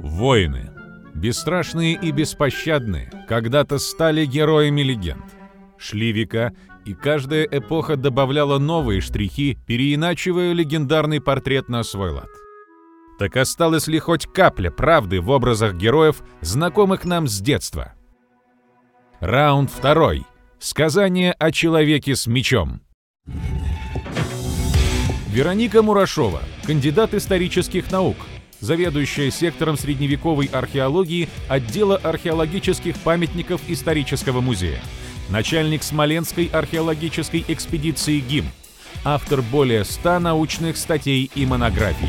Воины, бесстрашные и беспощадные, когда-то стали героями легенд. Шли века, и каждая эпоха добавляла новые штрихи, переиначивая легендарный портрет на свой лад. Так осталась ли хоть капля правды в образах героев, знакомых нам с детства? Раунд 2. Сказание о человеке с мечом. Вероника Мурашова, кандидат исторических наук, заведующая сектором средневековой археологии отдела археологических памятников исторического музея, начальник Смоленской археологической экспедиции ГИМ, автор более 100 научных статей и монографий.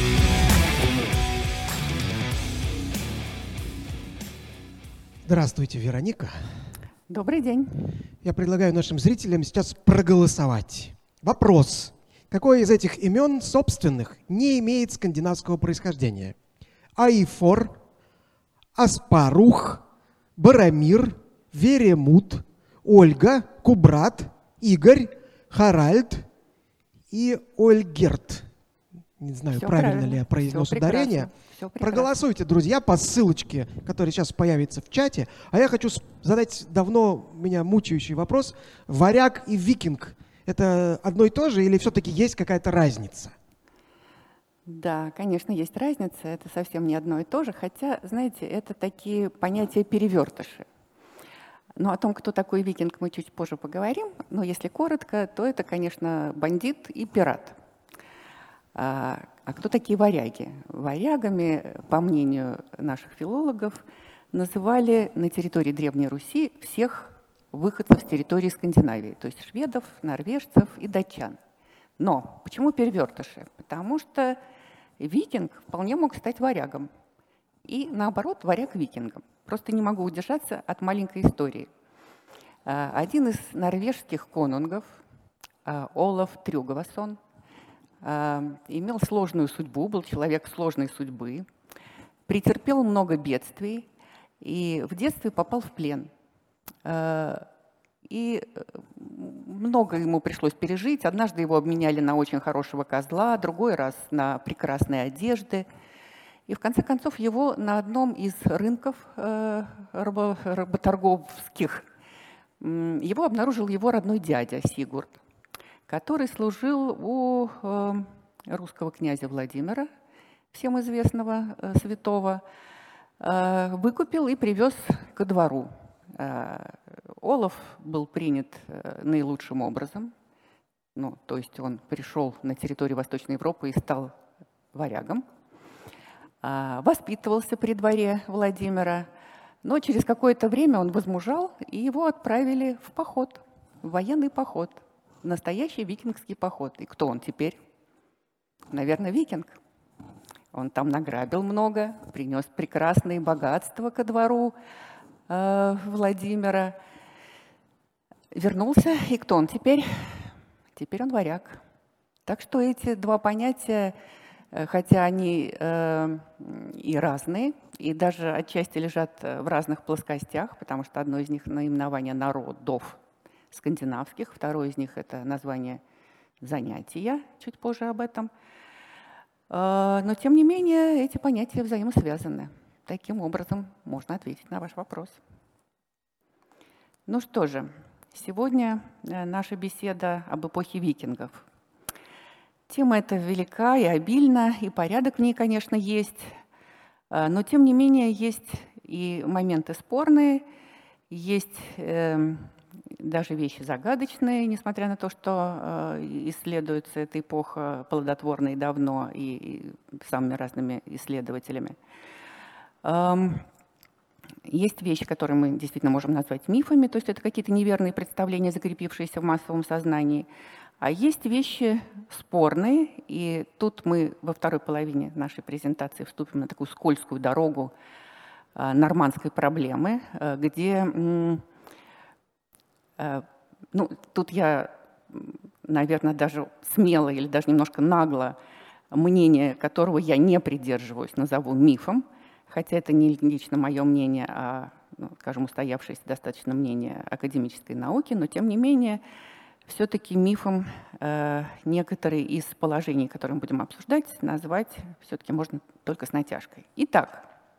Здравствуйте, Вероника. Добрый день. Я предлагаю нашим зрителям сейчас проголосовать. Вопрос. Какое из этих имен собственных не имеет скандинавского происхождения? Аифор, Аспарух, Барамир, Веремут, Ольга, Кубрат, Игорь, Харальд и Ольгерт. Не знаю, Все правильно ли я произнес ударение. Проголосуйте, друзья, по ссылочке, которая сейчас появится в чате. А я хочу задать давно меня мучающий вопрос. Варяг и викинг – это одно и то же или все-таки есть какая-то разница? Да, конечно, есть разница. Это совсем не одно и то же. Хотя, знаете, это такие понятия-перевертыши. Но о том, кто такой викинг, мы чуть позже поговорим. Но если коротко, то это, конечно, бандит и пират. А кто такие варяги? Варягами, по мнению наших филологов, называли на территории Древней Руси всех выходцев с территории Скандинавии, то есть шведов, норвежцев и датчан. Но почему перевертыши? Потому что викинг вполне мог стать варягом. И наоборот, варяг викингом. Просто не могу удержаться от маленькой истории. Один из норвежских конунгов, Олаф Трюгвасон, имел сложную судьбу, был человек сложной судьбы, претерпел много бедствий и в детстве попал в плен. И много ему пришлось пережить. Однажды его обменяли на очень хорошего козла, другой раз на прекрасные одежды. И в конце концов его на одном из рынков работорговских его обнаружил его родной дядя Сигурд, который служил у русского князя Владимира, всем известного святого, выкупил и привез ко двору. Олаф был принят наилучшим образом, то есть он пришел на территорию Восточной Европы и стал варягом, воспитывался при дворе Владимира, но через какое-то время он возмужал, и его отправили в поход, в военный поход, настоящий викингский поход. И кто он теперь? Наверное, викинг. Он там награбил много, принес прекрасные богатства ко двору Владимира. Вернулся, и кто он теперь? Теперь он варяг. Так что эти два понятия, хотя они и разные, и даже отчасти лежат в разных плоскостях, потому что одно из них наименование народов скандинавских, второе из них это название занятия, чуть позже об этом. Но тем не менее эти понятия взаимосвязаны. Таким образом можно ответить на ваш вопрос. Ну что же, сегодня наша беседа об эпохе викингов. Тема эта велика и обильна, и порядок в ней, конечно, есть. Но тем не менее есть и моменты спорные, есть даже вещи загадочные, несмотря на то, что исследуется эта эпоха плодотворно и давно, и самыми разными исследователями. Есть вещи, которые мы действительно можем назвать мифами, то есть это какие-то неверные представления, закрепившиеся в массовом сознании. А есть вещи спорные, и тут мы во второй половине нашей презентации вступим на такую скользкую дорогу нормандской проблемы, где, тут я, наверное, даже смело или даже немножко нагло мнение которого я не придерживаюсь, назову мифом, хотя это не лично мое мнение, а, скажем, устоявшееся достаточно мнение академической науки, но тем не менее все-таки мифом некоторые из положений, которые мы будем обсуждать, назвать все-таки можно только с натяжкой. Итак,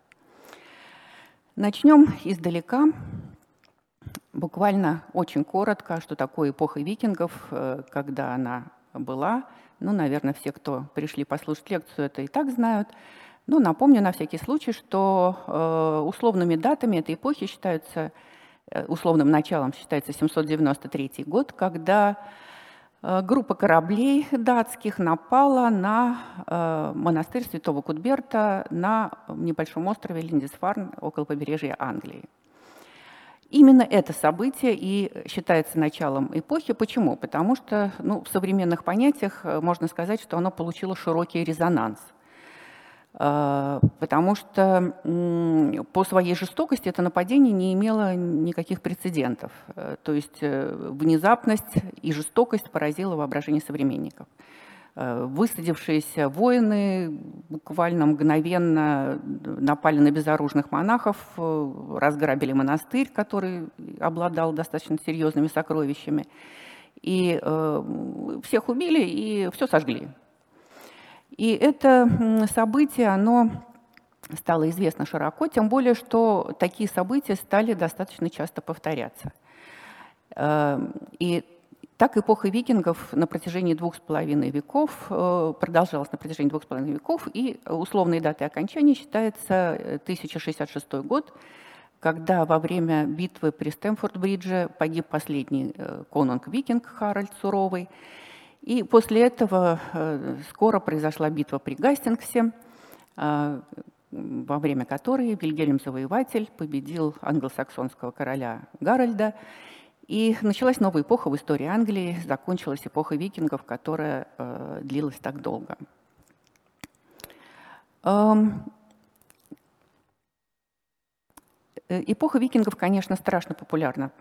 Начнем издалека. Буквально очень коротко, что такое эпоха викингов, когда она была. Ну, наверное, все, кто пришли послушать лекцию, это и так знают. Но напомню на всякий случай, что условными датами этой эпохи считаются, условным началом считается 793 год, когда группа кораблей датских напала на монастырь святого Кутберта на небольшом острове Линдисфарн около побережья Англии. Именно это событие и считается началом эпохи. Почему? Потому что в современных понятиях можно сказать, что оно получило широкий резонанс. Потому что по своей жестокости это нападение не имело никаких прецедентов. То есть внезапность и жестокость поразила воображение современников. Высадившиеся воины буквально мгновенно напали на безоружных монахов, разграбили монастырь, который обладал достаточно серьезными сокровищами, и всех убили и все сожгли. И это событие, оно стало известно широко, тем более, что такие события стали достаточно часто повторяться. И так эпоха викингов на протяжении 2,5 веков продолжалась на протяжении 2,5 веков, и условной датой окончания считается 1066 год, когда во время битвы при Стэмфорд-бридже погиб последний конунг-викинг Харальд Суровый. И после этого скоро произошла битва при Гастингсе, во время которой Вильгельм Завоеватель победил англосаксонского короля Гарольда. И началась новая эпоха в истории Англии, закончилась эпоха викингов, которая длилась так долго. Эпоха викингов, конечно, страшно популярна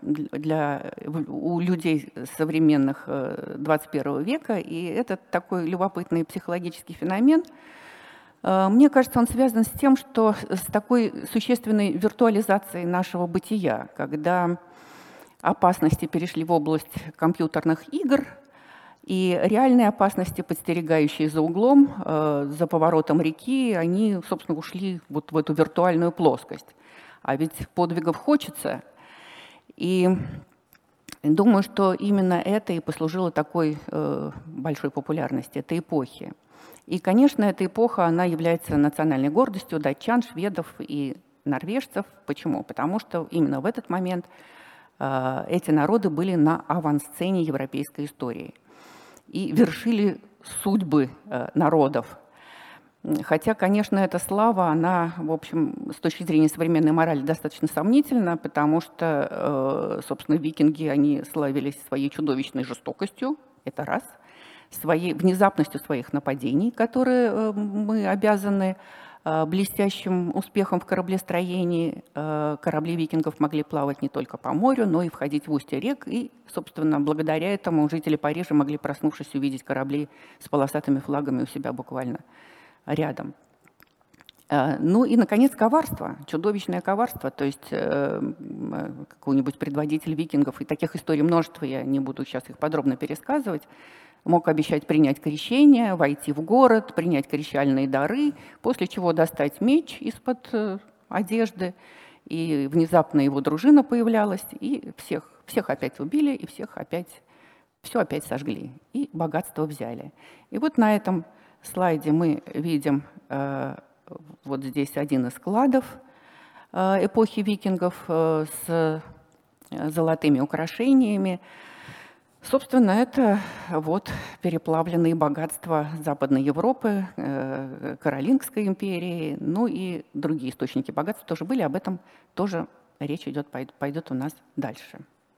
у людей современных 21 века, и это такой любопытный психологический феномен. Мне кажется, он связан с тем, что с такой существенной виртуализацией нашего бытия, когда опасности перешли в область компьютерных игр, и реальные опасности, подстерегающие за углом, за поворотом реки, они, собственно, ушли вот в эту виртуальную плоскость. А ведь подвигов хочется. И думаю, что именно это и послужило такой большой популярности этой эпохи. И, конечно, эта эпоха, она является национальной гордостью датчан, шведов и норвежцев. Почему? Потому что именно в этот момент эти народы были на авансцене европейской истории и вершили судьбы народов. Хотя, конечно, эта слава, она, в общем, с точки зрения современной морали достаточно сомнительна, потому что, собственно, викинги, они славились своей чудовищной жестокостью, это раз, своей внезапностью своих нападений, которые мы обязаны блестящим успехом в кораблестроении. Корабли викингов могли плавать не только по морю, но и входить в устье рек, и, собственно, благодаря этому жители Парижа могли, проснувшись, увидеть корабли с полосатыми флагами у себя буквально рядом. Ну и, наконец, коварство, чудовищное коварство. То есть какой-нибудь предводитель викингов, и таких историй множество, я не буду сейчас их подробно пересказывать, мог обещать принять крещение, войти в город, принять крещальные дары, после чего достать меч из-под одежды, и внезапно его дружина появлялась, и всех опять убили, и все опять сожгли, и богатство взяли. И вот на этом слайде мы видим вот здесь один из кладов эпохи викингов с золотыми украшениями. Собственно, это вот переплавленные богатства Западной Европы, Каролингской империи, ну и другие источники богатства тоже были. Об этом тоже речь идет, пойдет у нас дальше.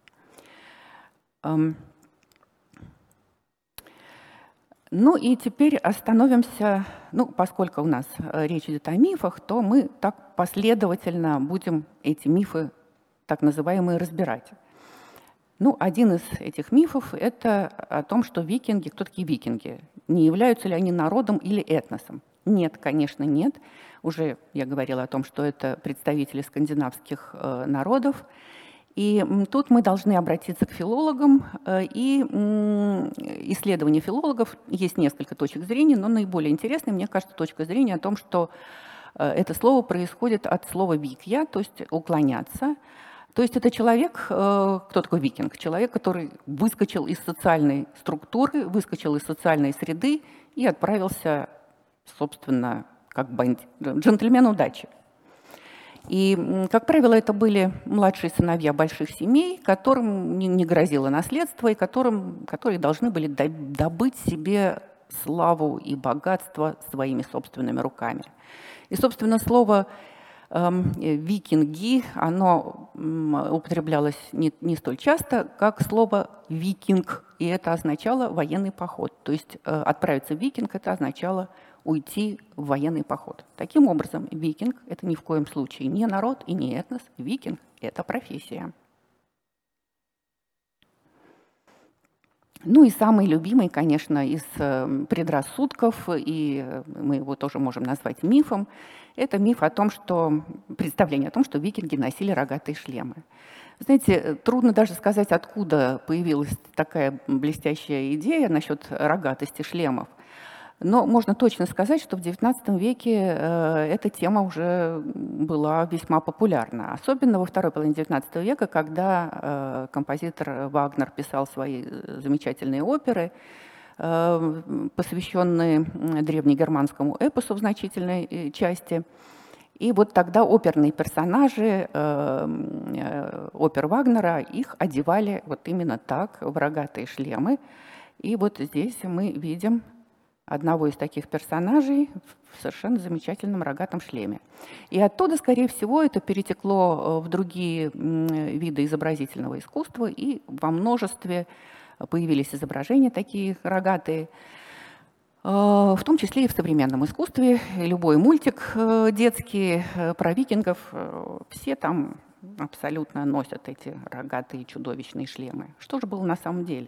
Ну и теперь остановимся, поскольку у нас речь идет о мифах, то мы так последовательно будем эти мифы, так называемые, разбирать. Один из этих мифов – это о том, что викинги, кто такие викинги? Не являются ли они народом или этносом? Нет, конечно, нет. Уже я говорила о том, что это представители скандинавских народов. И тут мы должны обратиться к филологам, и исследования филологов, есть несколько точек зрения, но наиболее интересной, мне кажется, точка зрения о том, что Это слово происходит от слова «викья», то есть «уклоняться». То есть это человек, кто такой викинг? Человек, который выскочил из социальной структуры, выскочил из социальной среды и отправился, собственно, как джентльмен удачи. И, как правило, это были младшие сыновья больших семей, которым не грозило наследство, и которые должны были добыть себе славу и богатство своими собственными руками. И, собственно, слово «викинги», оно употреблялось не столь часто, как слово «викинг», и это означало военный поход. То есть отправиться в викинг – это означало уйти в военный поход. Таким образом, викинг – это ни в коем случае не народ и не этнос. Викинг – это профессия. Ну и самый любимый, конечно, из предрассудков, и мы его тоже можем назвать мифом, это миф о том, представление о том, что викинги носили рогатые шлемы. Знаете, трудно даже сказать, откуда появилась такая блестящая идея насчет рогатости шлемов. Но можно точно сказать, что в XIX веке эта тема уже была весьма популярна. Особенно во второй половине XIX века, когда композитор Вагнер писал свои замечательные оперы, посвященные древнегерманскому эпосу в значительной части. И вот тогда оперные персонажи опер Вагнера, их одевали вот именно так, в рогатые шлемы. И вот здесь мы видим одного из таких персонажей в совершенно замечательном рогатом шлеме. И оттуда, скорее всего, это перетекло в другие виды изобразительного искусства, и во множестве появились изображения такие рогатые, в том числе и в современном искусстве. Любой мультик детский про викингов, все там абсолютно носят эти рогатые чудовищные шлемы. Что же было на самом деле?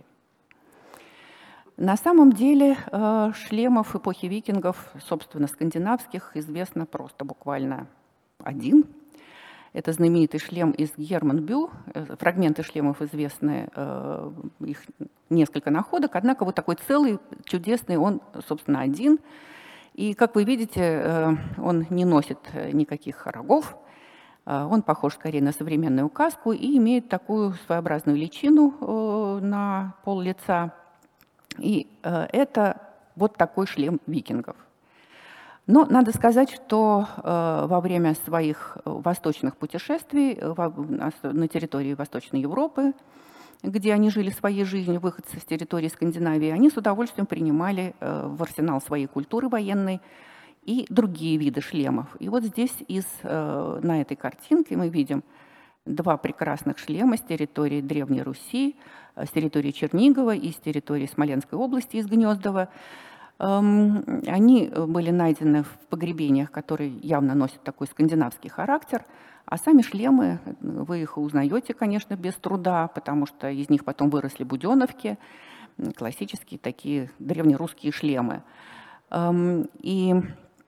На самом деле шлемов эпохи викингов, собственно, скандинавских, известно просто буквально один. Это знаменитый шлем из Германбю. Фрагменты шлемов известны, их несколько находок, однако вот такой целый, чудесный, он, собственно, один. И, как вы видите, он не носит никаких рогов, он похож скорее на современную каску и имеет такую своеобразную личину на пол лица. И это вот такой шлем викингов. Но надо сказать, что во время своих восточных путешествий на территории Восточной Европы, где они жили своей жизнью, выходцы с территории Скандинавии, они с удовольствием принимали в арсенал своей культуры военной и другие виды шлемов. И вот здесь на этой картинке мы видим два прекрасных шлема с территории Древней Руси, с территории Чернигова и с территории Смоленской области, из Гнездова. Они были найдены в погребениях, которые явно носят такой скандинавский характер, а сами шлемы, вы их узнаете, конечно, без труда, потому что из них потом выросли буденовки, классические такие древнерусские шлемы. И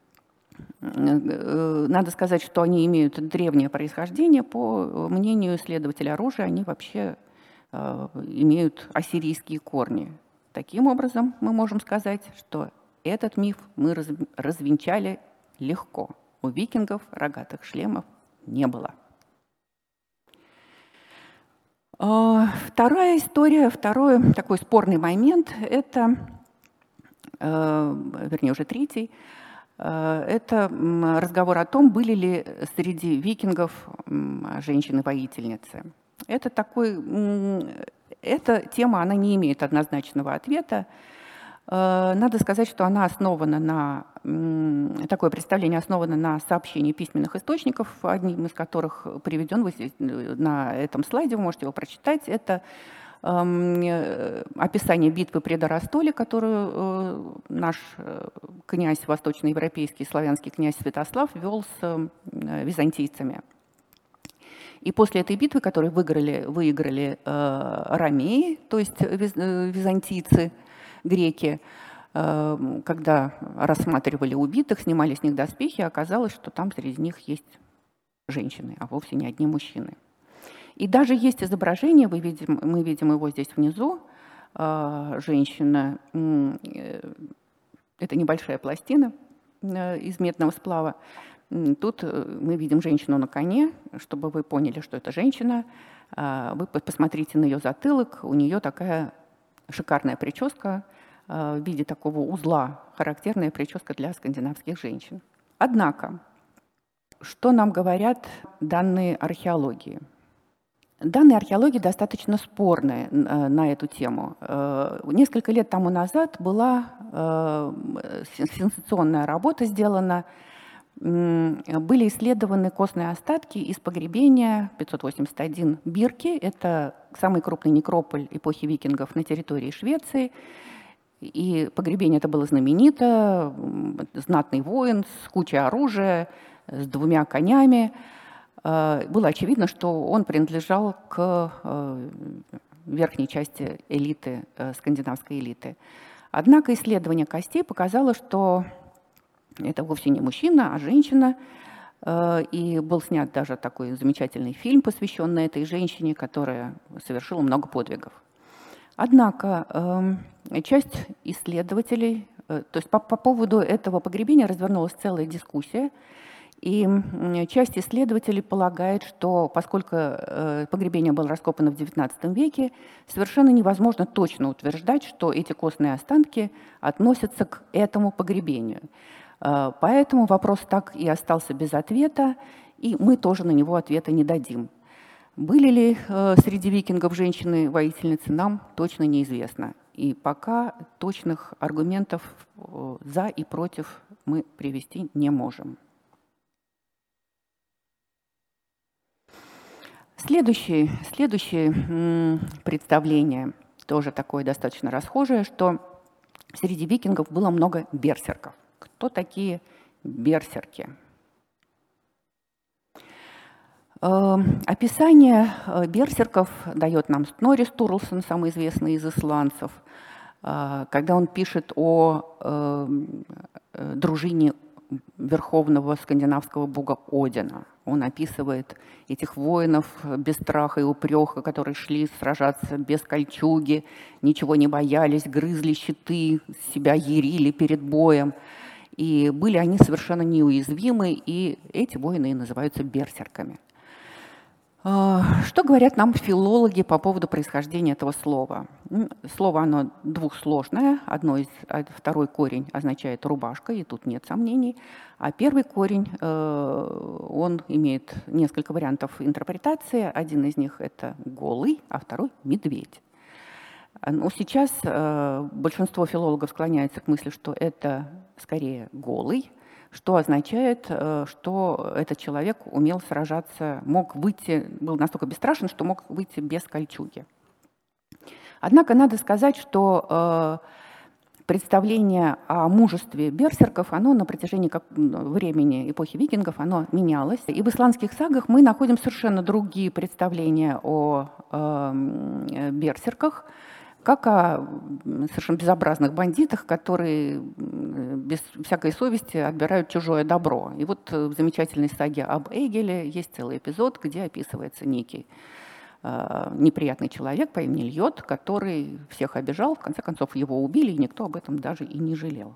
надо сказать, что они имеют древнее происхождение. По мнению исследователя оружия, они вообще имеют ассирийские корни. Таким образом, мы можем сказать, что этот миф мы развенчали легко. У викингов рогатых шлемов не было. Вторая история, второй такой спорный момент, это, вернее, уже третий, это разговор о том, были ли среди викингов женщины-воительницы. Эта тема, она не имеет однозначного ответа. Надо сказать, что она основана такое представление основано на сообщении письменных источников, одним из которых приведен на этом слайде, вы можете его прочитать. Это описание битвы при Доростоле, которую наш князь, восточноевропейский славянский князь Святослав вел с византийцами. И после этой битвы, которую выиграли ромеи, то есть византийцы, греки, когда рассматривали убитых, снимали с них доспехи, оказалось, что там среди них есть женщины, а вовсе не одни мужчины. И даже есть изображение, мы видим его здесь внизу, женщина, это небольшая пластина из медного сплава, Тут мы видим женщину на коне. Чтобы вы поняли, что это женщина, вы посмотрите на ее затылок. У нее такая шикарная прическа в виде такого узла, характерная прическа для скандинавских женщин. Однако, что нам говорят данные археологии? Данные археологии достаточно спорные на эту тему. Несколько лет тому назад была сенсационная работа сделана. Были исследованы костные остатки из погребения 581 Бирки. Это самый крупный некрополь эпохи викингов на территории Швеции. И погребение это было знаменито. Знатный воин с кучей оружия, с 2 конями. Было очевидно, что он принадлежал к верхней части элиты, скандинавской элиты. Однако исследование костей показало, что это вовсе не мужчина, а женщина. И был снят даже такой замечательный фильм, посвященный этой женщине, которая совершила много подвигов. Однако часть исследователей, то есть по поводу этого погребения развернулась целая дискуссия. И часть исследователей полагает, что поскольку погребение было раскопано в XIX веке, совершенно невозможно точно утверждать, что эти костные останки относятся к этому погребению. Поэтому вопрос так и остался без ответа, и мы тоже на него ответа не дадим. Были ли среди викингов женщины-воительницы, нам точно неизвестно. И пока точных аргументов за и против мы привести не можем. Следующее представление, тоже такое достаточно расхожее, что среди викингов было много берсерков. Кто такие берсерки? Описание берсерков дает нам Снорри Стурлсон, самый известный из исландцев, когда он пишет о дружине верховного скандинавского бога Одина. Он описывает этих воинов без страха и упрека, которые шли сражаться без кольчуги, ничего не боялись, грызли щиты, себя ярили перед боем. И были они совершенно неуязвимы, и эти воины и называются берсерками. Что говорят нам филологи по поводу происхождения этого слова? Слово оно двухсложное. Второй корень означает рубашка, и тут нет сомнений. А первый корень, он имеет несколько вариантов интерпретации. Один из них это голый, а второй медведь. Но сейчас большинство филологов склоняется к мысли, что это скорее голый, что означает, что этот человек умел сражаться, мог выйти, был настолько бесстрашен, что мог выйти без кольчуги. Однако надо сказать, что представление о мужестве берсерков, оно на протяжении времени эпохи викингов, оно менялось. И в исландских сагах мы находим совершенно другие представления о берсерках, как о совершенно безобразных бандитах, которые без всякой совести отбирают чужое добро. И вот в замечательной саге об Эгеле есть целый эпизод, где описывается некий неприятный человек по имени Льот, который всех обижал, в конце концов его убили, и никто об этом даже и не жалел.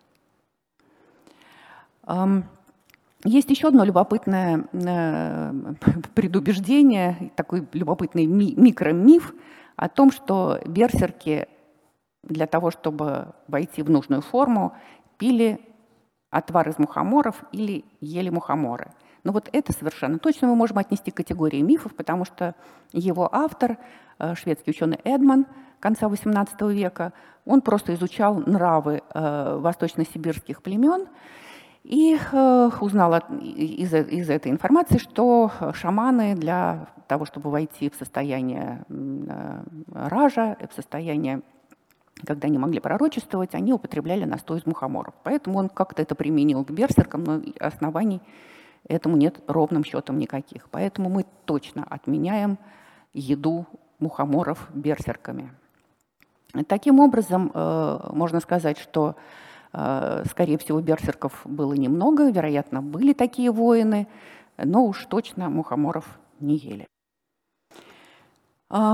Есть еще одно любопытное предубеждение, такой любопытный микромиф о том, что берсерки для того, чтобы войти в нужную форму, пили отвар из мухоморов или ели мухоморы. Но вот это совершенно точно мы можем отнести к категории мифов, потому что его автор, шведский ученый Эдман конца XVIII века, он просто изучал нравы восточно-сибирских племен и узнал из этой информации, что шаманы для того, чтобы войти в состояние ража, в состояние, когда они могли пророчествовать, они употребляли настой из мухоморов. Поэтому он как-то это применил к берсеркам, но оснований этому нет ровным счетом никаких. Поэтому мы точно отменяем еду мухоморов берсерками. Таким образом, можно сказать, что, скорее всего, берсерков было немного, вероятно, были такие воины, но уж точно мухоморов не ели.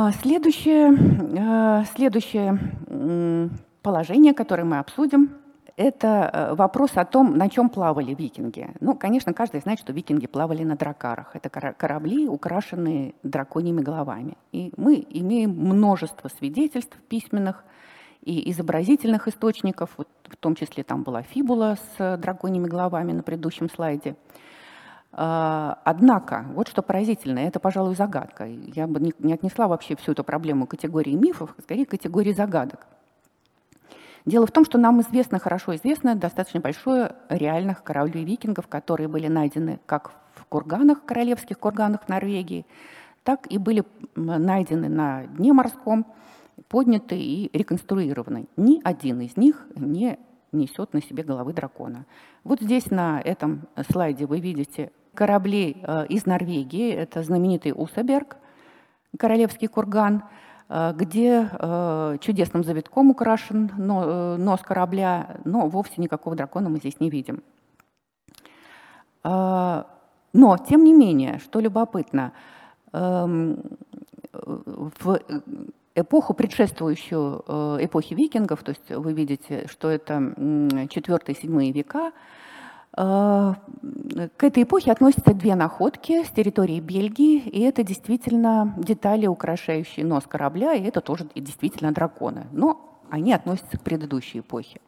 Следующее положение, которое мы обсудим, это вопрос о том, на чем плавали викинги. Ну, конечно, каждый знает, что викинги плавали на дракарах. Это корабли, украшенные драконьими головами. И мы имеем множество свидетельств письменных и изобразительных источников, вот, в том числе там была фибула с драконьими головами на предыдущем слайде. Однако, вот что поразительно, это, пожалуй, загадка. Я бы не отнесла вообще всю эту проблему к категории мифов, а скорее к категории загадок. Дело в том, что нам хорошо известно достаточно большое реальных кораблей викингов, которые были найдены как в курганах, королевских курганах Норвегии, так и были найдены на дне морском, подняты и реконструированы. Ни один из них не несет на себе головы дракона. Вот здесь на этом слайде вы видите корабли из Норвегии. Это знаменитый Усаберг, королевский курган, где чудесным завитком украшен нос корабля, но вовсе никакого дракона мы здесь не видим. Но, тем не менее, что любопытно, в эпоху, предшествующую эпохе викингов, то есть вы видите, что это 4-7 века, к этой эпохе относятся 2 находки с территории Бельгии, и это действительно детали, украшающие нос корабля, и это тоже действительно драконы, но они относятся к предыдущей эпохе.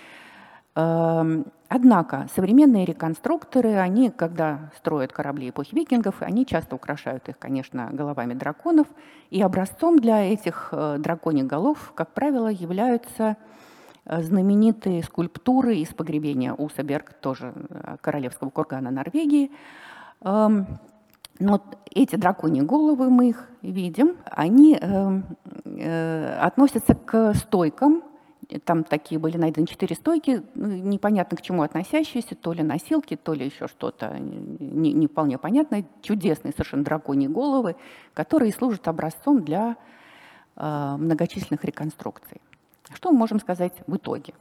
Однако современные реконструкторы, они, когда строят корабли эпохи викингов, они часто украшают их, конечно, головами драконов, и образцом для этих драконьих голов, как правило, являются знаменитые скульптуры из погребения Усаберг, тоже королевского кургана Норвегии. Но эти драконьи головы, мы их видим, они относятся к стойкам. Там такие были найдены 4 стойки, непонятно к чему относящиеся, то ли носилки, то ли еще что-то не вполне понятное. Чудесные совершенно драконьи головы, которые служат образцом для многочисленных реконструкций. Что мы можем сказать в итоге?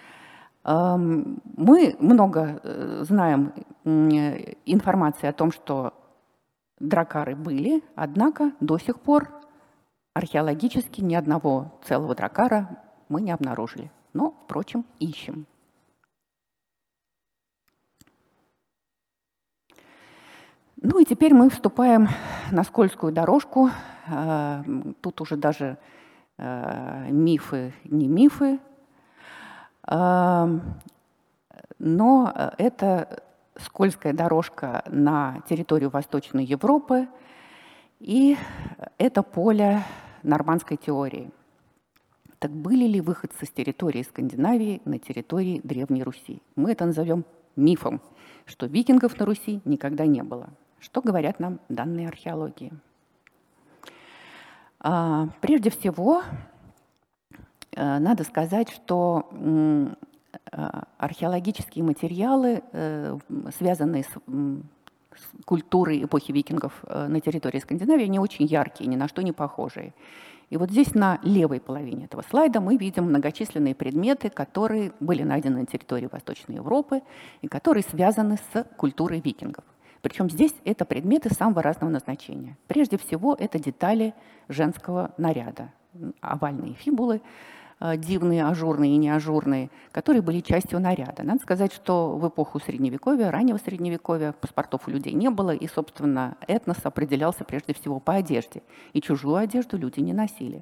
Мы много знаем информации о том, что дракары были, однако до сих пор археологически ни одного целого дракара мы не обнаружили. Но, впрочем, ищем. Ну и теперь мы вступаем на скользкую дорожку. Тут уже даже мифы, не мифы. Но это скользкая дорожка на территорию Восточной Европы, и это поле нормандской теории. Так были ли выходцы с территории Скандинавии на территории Древней Руси? Мы это назовем мифом, что викингов на Руси никогда не было. Что говорят нам данные археологии? Прежде всего, надо сказать, что археологические материалы, связанные с культурой эпохи викингов на территории Скандинавии, они очень яркие, ни на что не похожие. И вот здесь на левой половине этого слайда мы видим многочисленные предметы, которые были найдены на территории Восточной Европы и которые связаны с культурой викингов. Причем здесь это предметы самого разного назначения. Прежде всего, это детали женского наряда, овальные фибулы, дивные, ажурные и неажурные, которые были частью наряда. Надо сказать, что в эпоху Средневековья, раннего Средневековья, паспортов у людей не было, и, собственно, этнос определялся прежде всего по одежде. И чужую одежду люди не носили.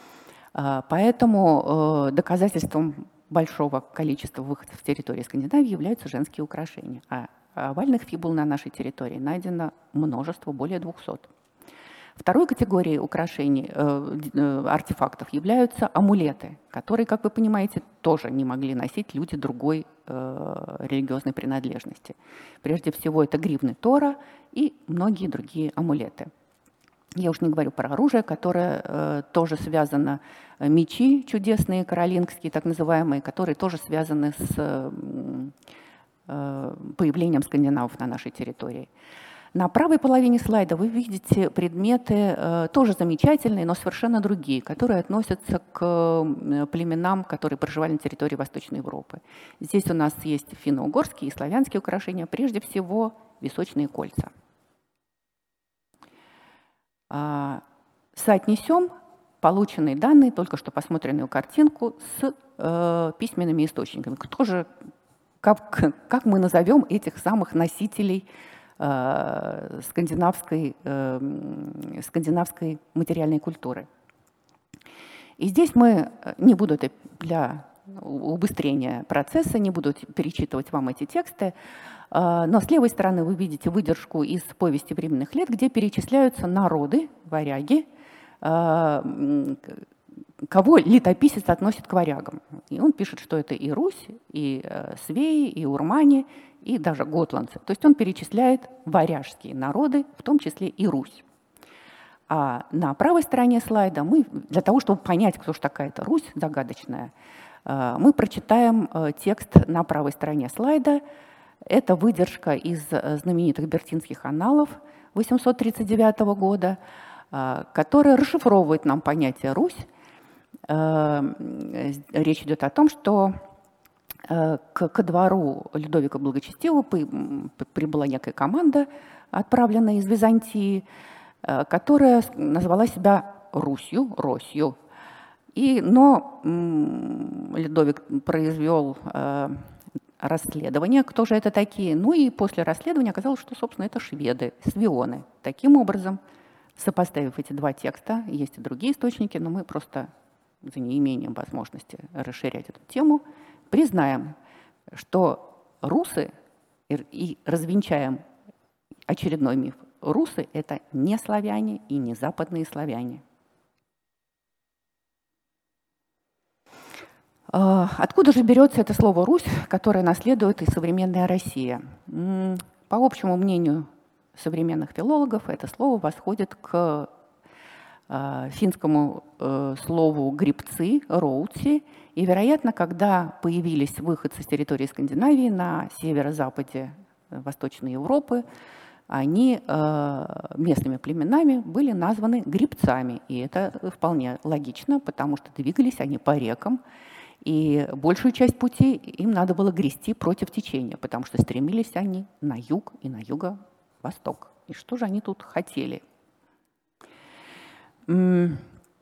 Поэтому доказательством большого количества выходцев с территории Скандинавии являются женские украшения. А овальных фибул на нашей территории найдено множество, более 200. Второй категорией украшений, артефактов являются амулеты, которые, как вы понимаете, тоже не могли носить люди другой религиозной принадлежности. Прежде всего, это гривны Тора и многие другие амулеты. Я уж не говорю про оружие, которое тоже связано, мечи чудесные, каролингские, так называемые, которые тоже связаны с появлением скандинавов на нашей территории. На правой половине слайда вы видите предметы, тоже замечательные, но совершенно другие, которые относятся к племенам, которые проживали на территории Восточной Европы. Здесь у нас есть финно-угорские и славянские украшения, прежде всего височные кольца. Соотнесем полученные данные, только что посмотренную картинку, с письменными источниками. Кто же, как мы назовем этих самых носителей скандинавской материальной культуры? И здесь мы, не буду это для убыстрения процесса, не буду перечитывать вам эти тексты, но с левой стороны вы видите выдержку из повести временных лет, где перечисляются народы, варяги, кого летописец относит к варягам. И он пишет, что это и Русь, и свеи, и урмане, и даже готландцы. То есть он перечисляет варяжские народы, в том числе и Русь. А на правой стороне слайда мы, для того, чтобы понять, кто же такая-то Русь загадочная, мы прочитаем текст на правой стороне слайда. Это выдержка из знаменитых Бертинских анналов 839 года, которая расшифровывает нам понятие «Русь». Речь идет о том, что ко двору Людовика Благочестивого прибыла некая команда, отправленная из Византии, которая назвала себя Русью. Но Людовик произвел расследование, кто же это такие. Ну и после расследования оказалось, что, собственно, это шведы, свионы. Таким образом, сопоставив эти два текста, есть и другие источники, но мы просто за неимением возможности расширять эту тему, признаем, что русы, и развенчаем очередной миф, русы – это не славяне и не западные славяне. Откуда же берется это слово «Русь», которое наследует и современная Россия? По общему мнению современных филологов, это слово восходит к финскому слову «гребцы», «роутси», и, вероятно, когда появились выходцы с территории Скандинавии на северо-западе Восточной Европы, они местными племенами были названы гребцами, и это вполне логично, потому что двигались они по рекам, и большую часть пути им надо было грести против течения, потому что стремились они на юг и на юго-восток. И что же они тут хотели? Мы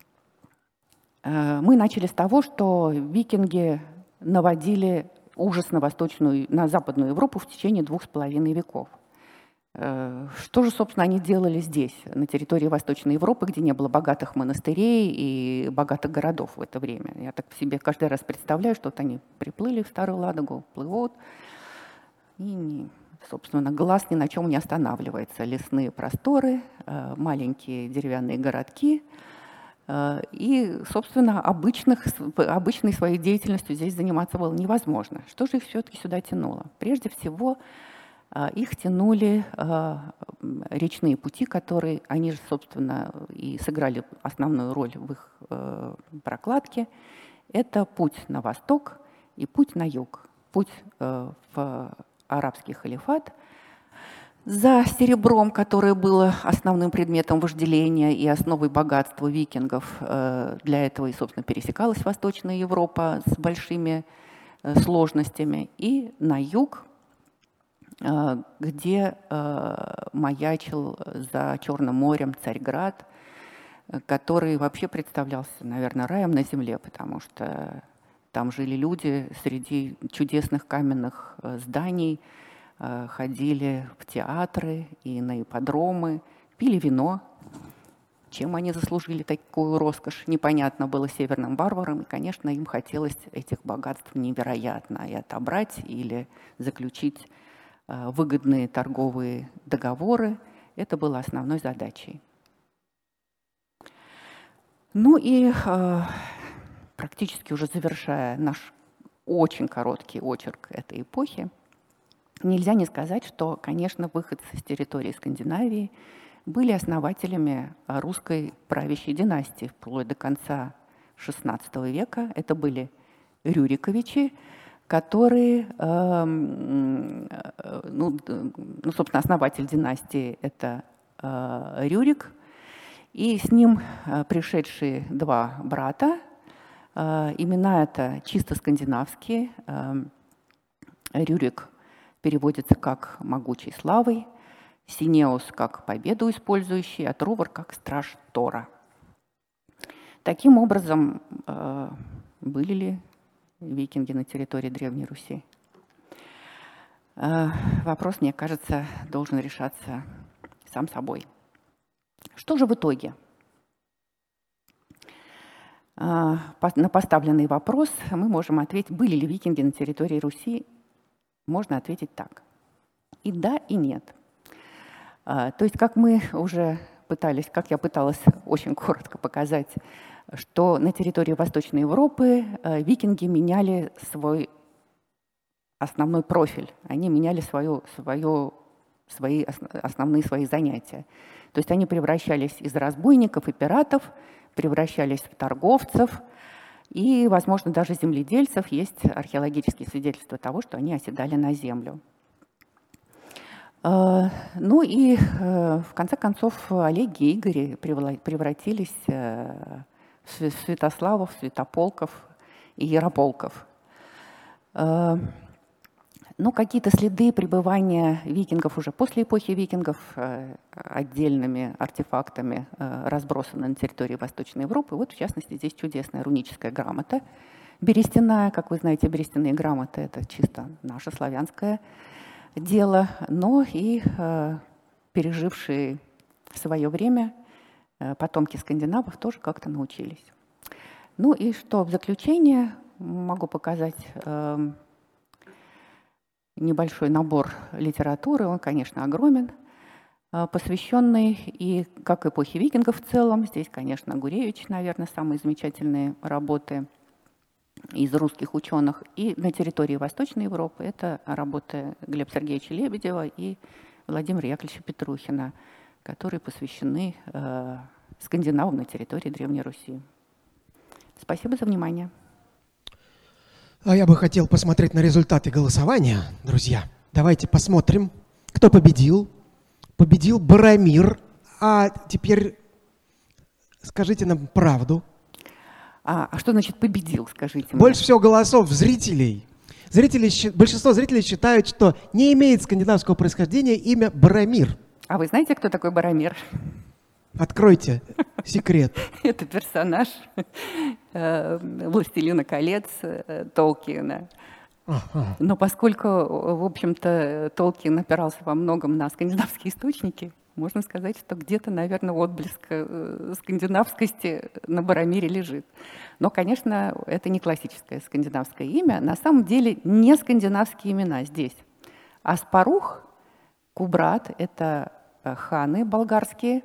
начали с того, что викинги наводили ужас на Западную Европу в течение 2,5 веков. Что же, собственно, они делали здесь, на территории Восточной Европы, где не было богатых монастырей и богатых городов в это время? Я так себе каждый раз представляю, что вот они приплыли в Старую Ладогу, плывут, и, собственно, глаз ни на чем не останавливается. Лесные просторы, маленькие деревянные городки, и, собственно, обычной своей деятельностью здесь заниматься было невозможно. Что же их все-таки сюда тянуло? Прежде всего, их тянули речные пути, которые, они же, собственно, и сыграли основную роль в их прокладке. Это путь на восток и путь на юг. Путь в арабский халифат за серебром, которое было основным предметом вожделения и основой богатства викингов. Для этого и, собственно, пересекалась Восточная Европа с большими сложностями. И на юг, где маячил за Черным морем Царьград, который вообще представлялся, наверное, раем на земле, потому что там жили люди среди чудесных каменных зданий, ходили в театры и на ипподромы, пили вино. Чем они заслужили такую роскошь, непонятно было северным варварам, и, конечно, им хотелось этих богатств невероятно и отобрать или заключить выгодные торговые договоры. Это было основной задачей. Ну и практически уже завершая наш очень короткий очерк этой эпохи, нельзя не сказать, что, конечно, выходцы с территории Скандинавии были основателями русской правящей династии вплоть до конца XVI века. Это были Рюриковичи, которые, собственно, основатель династии – это Рюрик, и с ним пришедшие два брата. Имена это чисто скандинавские. Рюрик переводится как «могучий славой», Синеус как «победу использующий», а Трувор как «страж Тора». Таким образом, были ли викинги на территории Древней Руси? Вопрос, мне кажется, должен решаться сам собой. Что же в итоге? На поставленный вопрос мы можем ответить, были ли викинги на территории Руси, можно ответить так. И да, и нет. То есть, как мы уже пытались, как я пыталась очень коротко показать, что на территории Восточной Европы викинги меняли свой основной профиль, они меняли основные свои занятия. То есть они превращались из разбойников и пиратов, превращались в торговцев и, возможно, даже земледельцев. Есть археологические свидетельства того, что они оседали на землю. Ну и, в конце концов, Олеги и Игори превратились в Святославов, Святополков и Ярополков. Ну, какие-то следы пребывания викингов уже после эпохи викингов отдельными артефактами разбросаны на территории Восточной Европы. Вот, в частности, здесь чудесная руническая грамота берестяная. Как вы знаете, берестяные грамоты – это чисто наше славянское дело, но и пережившие свое время потомки скандинавов тоже как-то научились. Ну и что в заключение могу показать небольшой набор литературы, он, конечно, огромен, посвященный и как эпохе викингов в целом. Здесь, конечно, Гуревич, наверное, самые замечательные работы из русских ученых. И на территории Восточной Европы это работы Глеба Сергеевича Лебедева и Владимира Яковлевича Петрухина, которые посвящены скандинавам на территории Древней Руси. Спасибо за внимание. А я бы хотел посмотреть на результаты голосования, друзья. Давайте посмотрим, кто победил. Победил Барамир. А теперь скажите нам правду. А что значит победил, скажите мне? Больше всего голосов зрителей. Большинство зрителей считают, что не имеет скандинавского происхождения имя Барамир. А вы знаете, кто такой Барамир? Откройте секрет. Это персонаж «Властелина колец» Толкиена. Но поскольку, в общем-то, Толкиен опирался во многом на скандинавские источники, можно сказать, что где-то, наверное, отблеск скандинавскости на Барамире лежит. Но, конечно, это не классическое скандинавское имя. На самом деле не скандинавские имена здесь. Аспарух, Кубрат – это ханы болгарские,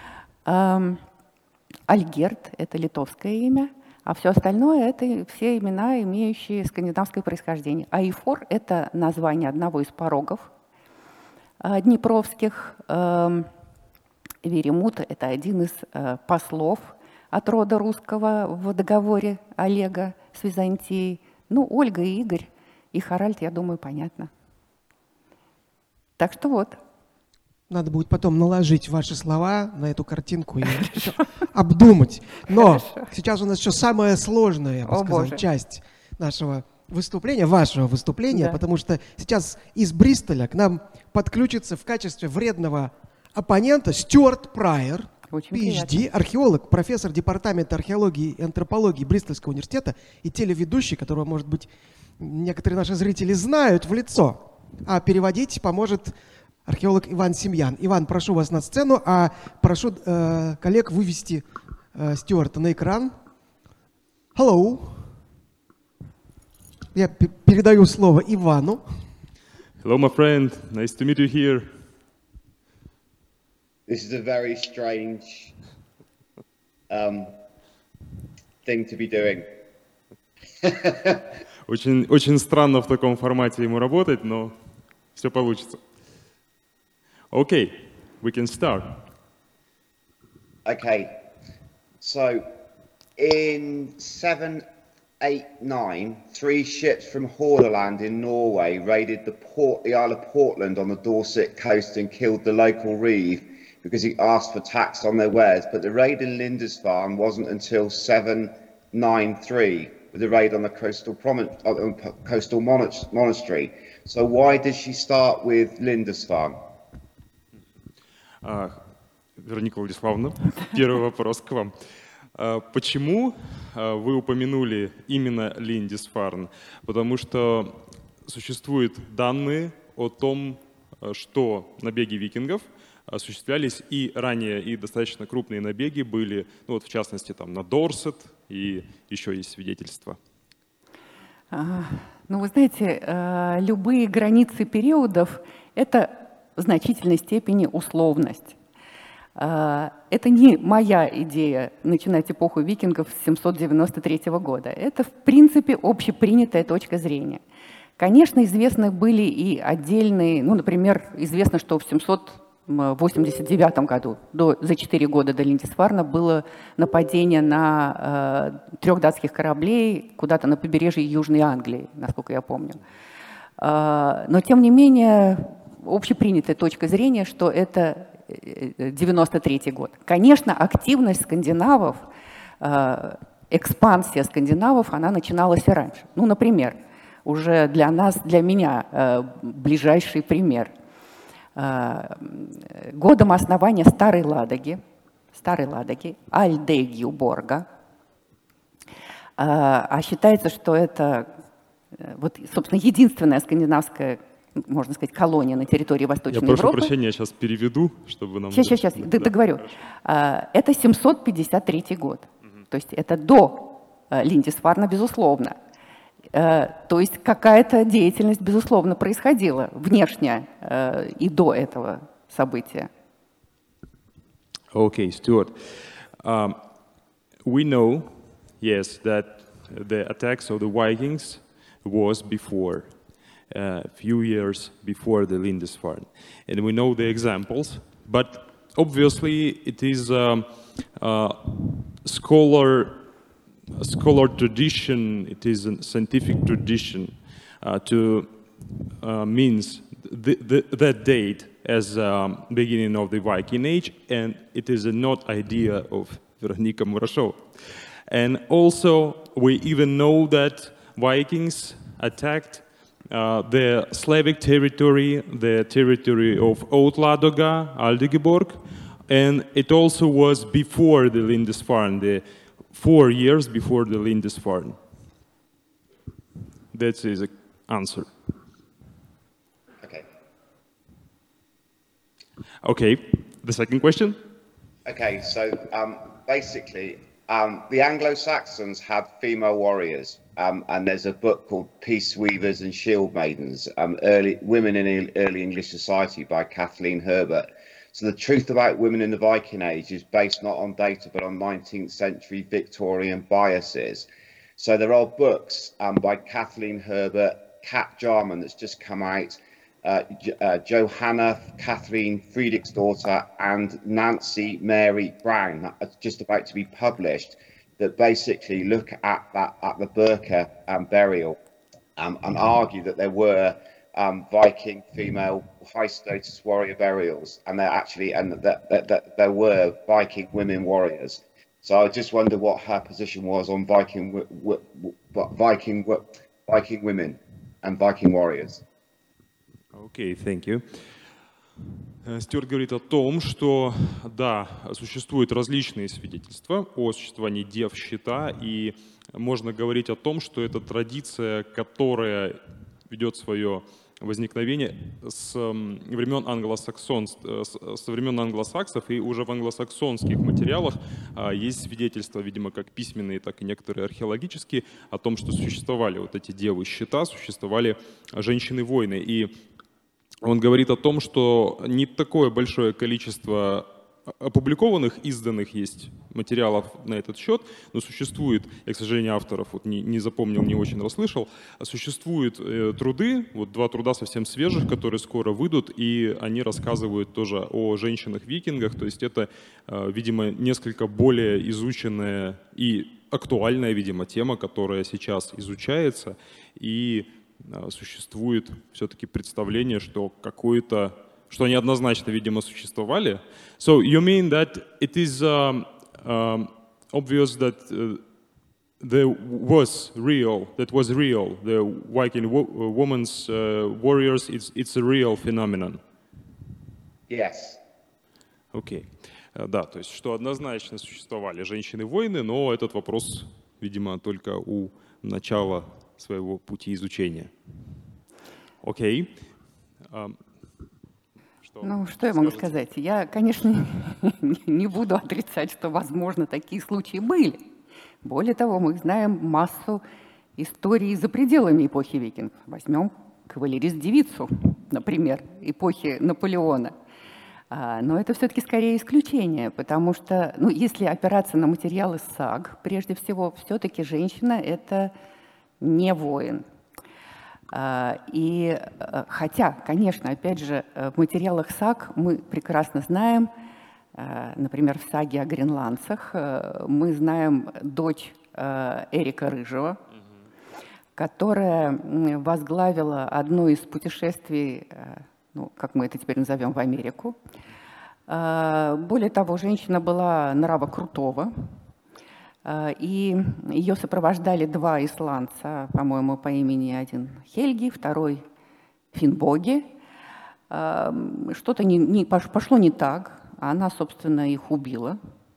Альгерт – это литовское имя, а все остальное – это все имена, имеющие скандинавское происхождение. Айфор – это название одного из порогов днепровских. Веремут – это один из послов от рода русского в договоре Олега с Византией. Ну, Ольга и Игорь и Харальд, я думаю, понятно. Так что вот. Надо будет потом наложить ваши слова на эту картинку и обдумать. Но сейчас у нас еще самая сложная, я бы сказал, часть нашего выступления, вашего выступления, потому что сейчас из Бристоля к нам подключится в качестве вредного оппонента Стюарт Прайер, PhD, археолог, профессор департамента археологии и антропологии Бристольского университета и телеведущий, которого, может быть, некоторые наши зрители знают в лицо. А переводить поможет археолог Иван Семьян. Иван, прошу вас на сцену, а прошу коллег вывести Стюарта на экран. Hello. Я передаю слово Ивану. Hello, my friend. Nice to meet you here. This is a very strange thing to be doing. Очень странно в таком формате ему работать, но все получится. Okay, we can start. Okay, so in 789, 3 ships from Hordaland in Norway raided the Isle of Portland on the Dorset coast and killed the local reeve because he asked for tax on their wares. But the raid in Lindisfarne wasn't until 793 with the raid on the coastal monastery. So why did she start with Lindisfarne? Вероника Владиславовна, первый вопрос к вам. Почему вы упомянули именно Линдисфарн? Потому что существуют данные о том, что набеги викингов осуществлялись и ранее, и достаточно крупные набеги были, ну вот в частности там на Дорсет, и еще есть свидетельства. Ну, вы знаете, любые границы периодов — это в значительной степени условность. Это не моя идея начинать эпоху викингов с 793 года. Это, в принципе, общепринятая точка зрения. Конечно, известны были и отдельные, ну, например, известно, что в 789 году, за 4 года до Линдисфарна, было нападение на 3 датских кораблей куда-то на побережье Южной Англии, насколько я помню. Но, тем не менее, общепринятая точка зрения, что это 93 год. Конечно, активность скандинавов, экспансия скандинавов, она начиналась и раньше. Ну, например, уже для меня ближайший пример. Годом основания Старой Ладоги, Альдегиуборга, а считается, что это, вот, собственно, единственная скандинавская, можно сказать, колония на территории Восточной Европы. Я прошу прощения, я сейчас переведу, чтобы нам... Сейчас, договорю. Это 753 год. То есть это до Линдисфарна, безусловно. То есть какая-то деятельность, безусловно, происходила внешняя и до этого события. Okay, Stuart. We know, yes, that the attacks of the Vikings was before, a few years before the Lindisfarne. And we know the examples, but obviously it is a scholar tradition, it is a scientific tradition to means that date as beginning of the Viking Age, and it is a not idea of Veronika Murashova. And also, we even know that Vikings attacked the Slavic territory, the territory of Old Ladoga, Aldegiborg, and it also was before the Lindisfarne, the 4 years before the Lindisfarne. That is the answer. Okay. Okay, the second question? Okay, so basically, the Anglo-Saxons had female warriors, and there's a book called Peace Weavers and Shield Maidens, Women in Early English Society by Kathleen Herbert. So the truth about women in the Viking Age is based not on data, but on 19th century Victorian biases. So there are books by Kathleen Herbert, Kat Jarman, that's just come out, Johanna Kathleen Friedrichsdottir and Nancy Mary Brown that are just about to be published that basically look at the Birka burial and argue that there were Viking female high status warrior burials, and that there were Viking women warriors. So I just wonder what her position was on Viking women and Viking warriors. Окей, thank you. Стюарт говорит о том, что, да, существуют различные свидетельства о существовании дев щита, и можно говорить о том, что это традиция, которая ведет свое возникновение со времен англосаксов, и уже в англосаксонских материалах есть свидетельства, видимо, как письменные, так и некоторые археологические, о том, что существовали вот эти девы щита, существовали женщины-воины. И он говорит о том, что не такое большое количество опубликованных, изданных есть материалов на этот счет, но существует, я, к сожалению, авторов вот не запомнил, не очень расслышал, существуют труды, вот 2 труда совсем свежих, которые скоро выйдут, и они рассказывают тоже о женщинах-викингах, то есть это, видимо, несколько более изученная и актуальная, видимо, тема, которая сейчас изучается, и существует все-таки представление, что что они однозначно, видимо, существовали. So you mean that it is obvious that was real, the Viking women's warriors, it's a real phenomenon? Yes. Окей. Да, то есть что однозначно существовали женщины-воины, но этот вопрос, видимо, только у начала своего пути изучения. Окей. Ну, что я могу сказать? Я, конечно, не буду отрицать, что, возможно, такие случаи были. Более того, мы знаем массу историй за пределами эпохи викингов. Возьмем кавалерист-девицу, например, эпохи Наполеона. Но это все-таки скорее исключение, потому что, ну, если опираться на материалы саг, прежде всего, все-таки женщина — это не воин. И хотя, конечно, опять же, в материалах саг мы прекрасно знаем, например, в саге о гренландцах мы знаем дочь Эрика Рыжего, которая возглавила одно из путешествий, ну, как мы это теперь назовем, в Америку. Более того, женщина была нрава крутого, и ее сопровождали два исландца, по-моему, по имени один Хельги, второй Финбоги. Что-то пошло не так, она, собственно, их убила.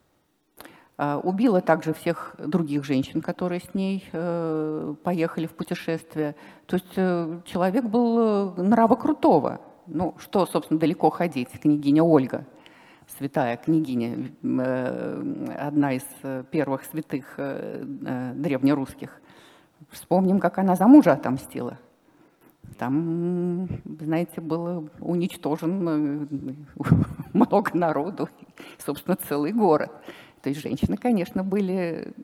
Убила также всех других женщин, которые с ней поехали в путешествие. То есть человек был нрава крутого. Ну, что, собственно, далеко ходить, княгиня Ольга, святая княгиня, одна из первых святых древнерусских. Вспомним, как она за мужа отомстила. Там, знаете, было уничтожено много народу, собственно, целый город. То есть женщины, конечно, были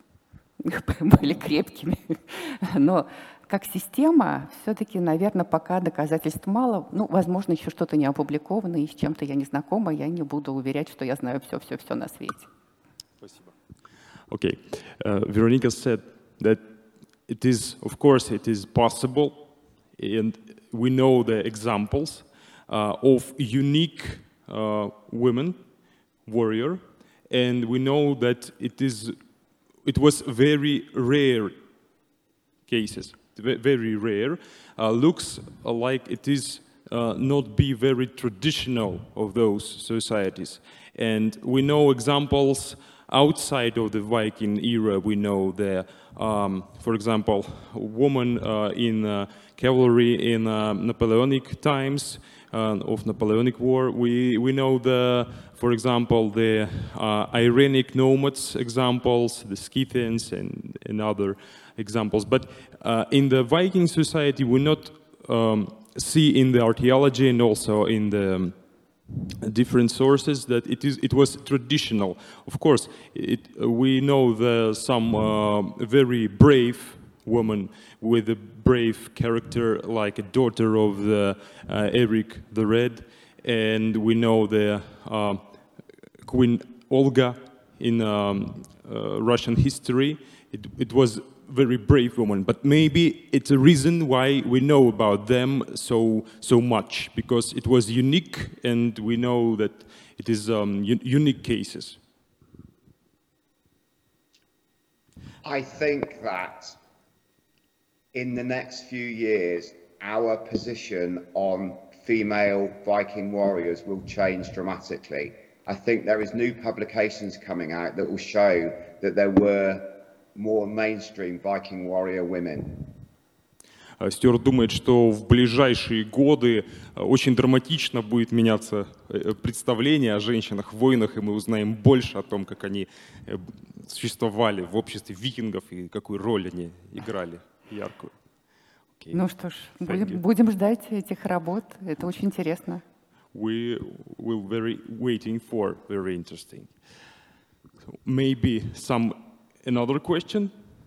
крепкими, но как система все-таки, наверное, пока доказательств мало. Ну, возможно, еще что-то не опубликовано, и с чем-то я не знакома, я не буду уверять, что я знаю все на свете. Спасибо. Okay. Veronica said that it is, of course, it is possible, and we know the examples of unique women, warrior, and we know that it was very rare cases, very rare. Looks like it is not be very traditional of those societies. And we know examples outside of the Viking era. We know the, for example, woman in cavalry in Napoleonic times, of Napoleonic War. We know for example, the Iranic nomads examples, the Scythians and other examples. But in the Viking society, we not see in the archaeology and also in the different sources that it was traditional. Of course, we know some very brave woman with a brave character, like a daughter of the Eric the Red, and we know the Queen Olga in Russian history. It was a very brave woman, but maybe it's a reason why we know about them so much, because it was unique, and we know that it is unique cases. I think that in the next few years, our position on female Viking warriors will change dramatically. I think there is new publications coming out that will show that there were more mainstream Viking warrior women. Стюарт думает, что в ближайшие годы очень драматично будет меняться представление о женщинах-воинах, и мы узнаем больше о том, как они существовали в обществе викингов и какую роль они играли яркую. Okay. Ну что ж, будем ждать этих работ. Это очень интересно. We will waiting for very interesting. So maybe another question.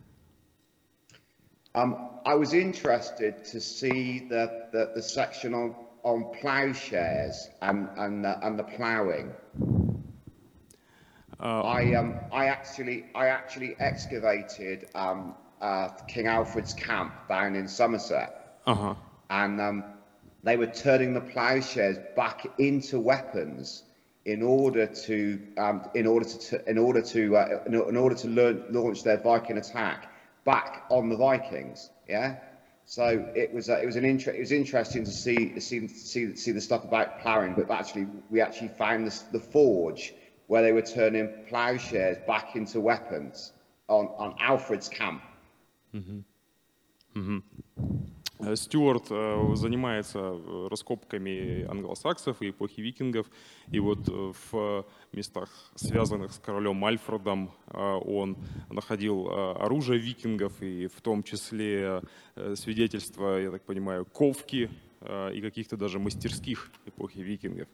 I was interested to see the section on ploughshares and the ploughing. I actually excavated King Alfred's camp down in Somerset, and they were turning the ploughshares back into weapons in order to launch their Viking attack back on the Vikings. Yeah, so it was interesting to see the stuff about ploughing, but we actually found the forge where they were turning plowshares back into weapons on Alfred's camp. Стюарт занимается раскопками англосаксов и эпохи викингов, и вот в местах, связанных с королем Альфредом, он находил оружие викингов, и в том числе свидетельства, я так понимаю, ковки и каких-то даже мастерских эпохи викингов.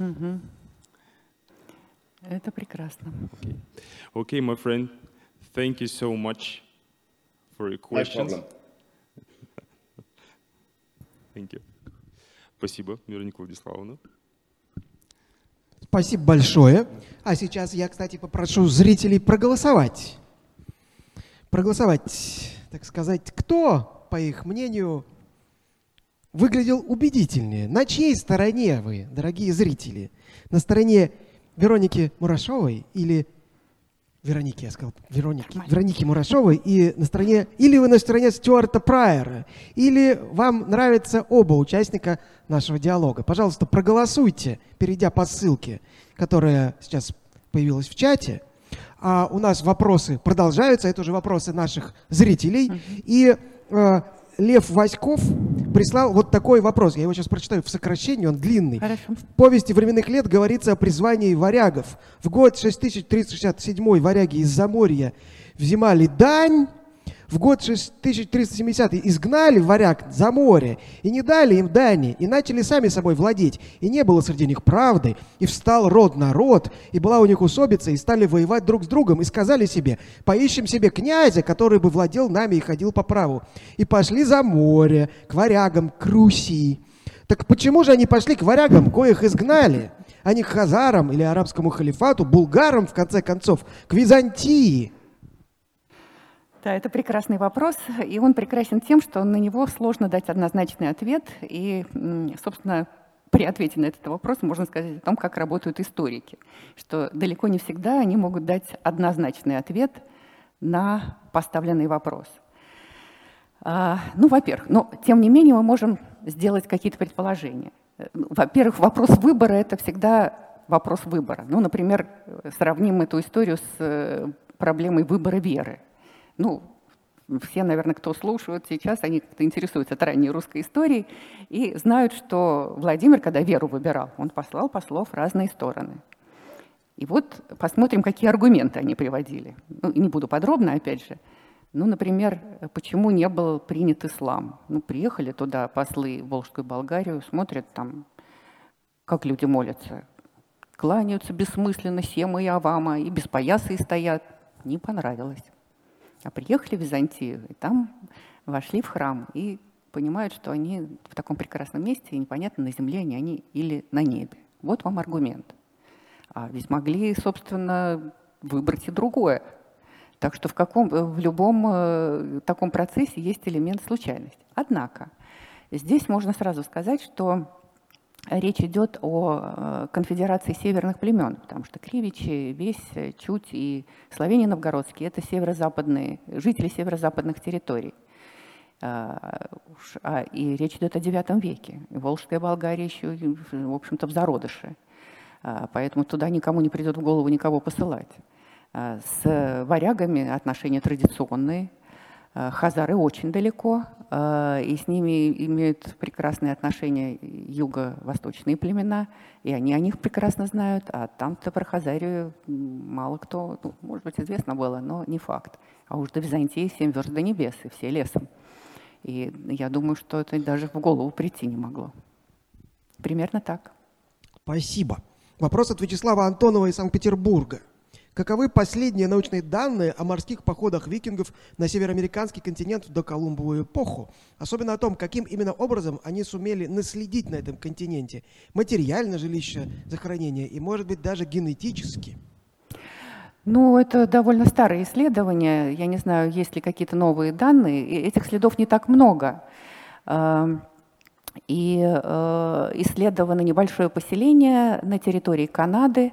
Это прекрасно. Okay, my friend, thank you so much for your questions. No problem. Thank you. Спасибо, Вероника Владиславовна. Спасибо большое. А сейчас я, кстати, попрошу зрителей проголосовать. Проголосовать, так сказать, кто, по их мнению, выглядел убедительнее. На чьей стороне вы, дорогие зрители? На стороне Вероники Мурашовой или Вероники, я сказал, Вероники Мурашовой, и на стороне, или вы на стороне Стюарта Прайера, или вам нравятся оба участника нашего диалога. Пожалуйста, проголосуйте, перейдя по ссылке, которая сейчас появилась в чате. А у нас вопросы продолжаются, это уже вопросы наших зрителей. И Лев Васьков прислал вот такой вопрос. Я его сейчас прочитаю в сокращении, он длинный. Хорошо. В повести временных лет говорится о призвании варягов. В год 6367 варяги из Заморья взимали дань. В год 6370 изгнали варяг за море и не дали им дани, и начали сами собой владеть. И не было среди них правды, и встал род на род, и была у них усобица, и стали воевать друг с другом, и сказали себе: поищем себе князя, который бы владел нами и ходил по праву. И пошли за море, к варягам, к Руси. Так почему же они пошли к варягам, коих изгнали, а не к хазарам или арабскому халифату, булгарам, в конце концов, к Византии? Да, это прекрасный вопрос, и он прекрасен тем, что на него сложно дать однозначный ответ. И, собственно, при ответе на этот вопрос можно сказать о том, как работают историки, что далеко не всегда они могут дать однозначный ответ на поставленный вопрос. Ну, во-первых, но тем не менее мы можем сделать какие-то предположения. Во-первых, вопрос выбора – это всегда вопрос выбора. Ну, например, сравним эту историю с проблемой выбора веры. Ну, все, наверное, кто слушают сейчас, они как-то интересуются от ранней русской истории и знают, что Владимир, когда веру выбирал, он послал послов в разные стороны. И вот посмотрим, какие аргументы они приводили. Ну, не буду подробно, опять же. Ну, например, почему не был принят ислам? Ну, приехали туда послы в Волжскую Болгарию, смотрят там, как люди молятся. Кланяются бессмысленно, Сема и Авама, и без пояса и стоят. Не понравилось. А приехали в Византию, и там вошли в храм и понимают, что они в таком прекрасном месте, и непонятно, на земле они или на небе. Вот вам аргумент. А ведь могли, собственно, выбрать и другое. Так что в любом таком процессе есть элемент случайности. Однако здесь можно сразу сказать, что речь идет о конфедерации северных племен, потому что кривичи, Весь, Чуть и Словения Новгородские – это жители северо-западных территорий. И речь идет о IX веке. Волжская Болгария еще, в общем-то, в зародыше. Поэтому туда никому не придет в голову никого посылать. С варягами отношения традиционные. Хазары очень далеко, и с ними имеют прекрасные отношения юго-восточные племена, и они о них прекрасно знают, а там-то про Хазарию мало кто, ну, может быть, известно было, но не факт. А уж до Византии 7 верст до небес, и все лесом. И я думаю, что это даже в голову прийти не могло. Примерно так. Спасибо. Вопрос от Вячеслава Антонова из Санкт-Петербурга. Каковы последние научные данные о морских походах викингов на североамериканский континент в доколумбовую эпоху? Особенно о том, каким именно образом они сумели наследить на этом континенте материальное жилище захоронения и, может быть, даже генетически? Ну, это довольно старые исследования. Я не знаю, есть ли какие-то новые данные. И этих следов не так много. И исследовано небольшое поселение на территории Канады,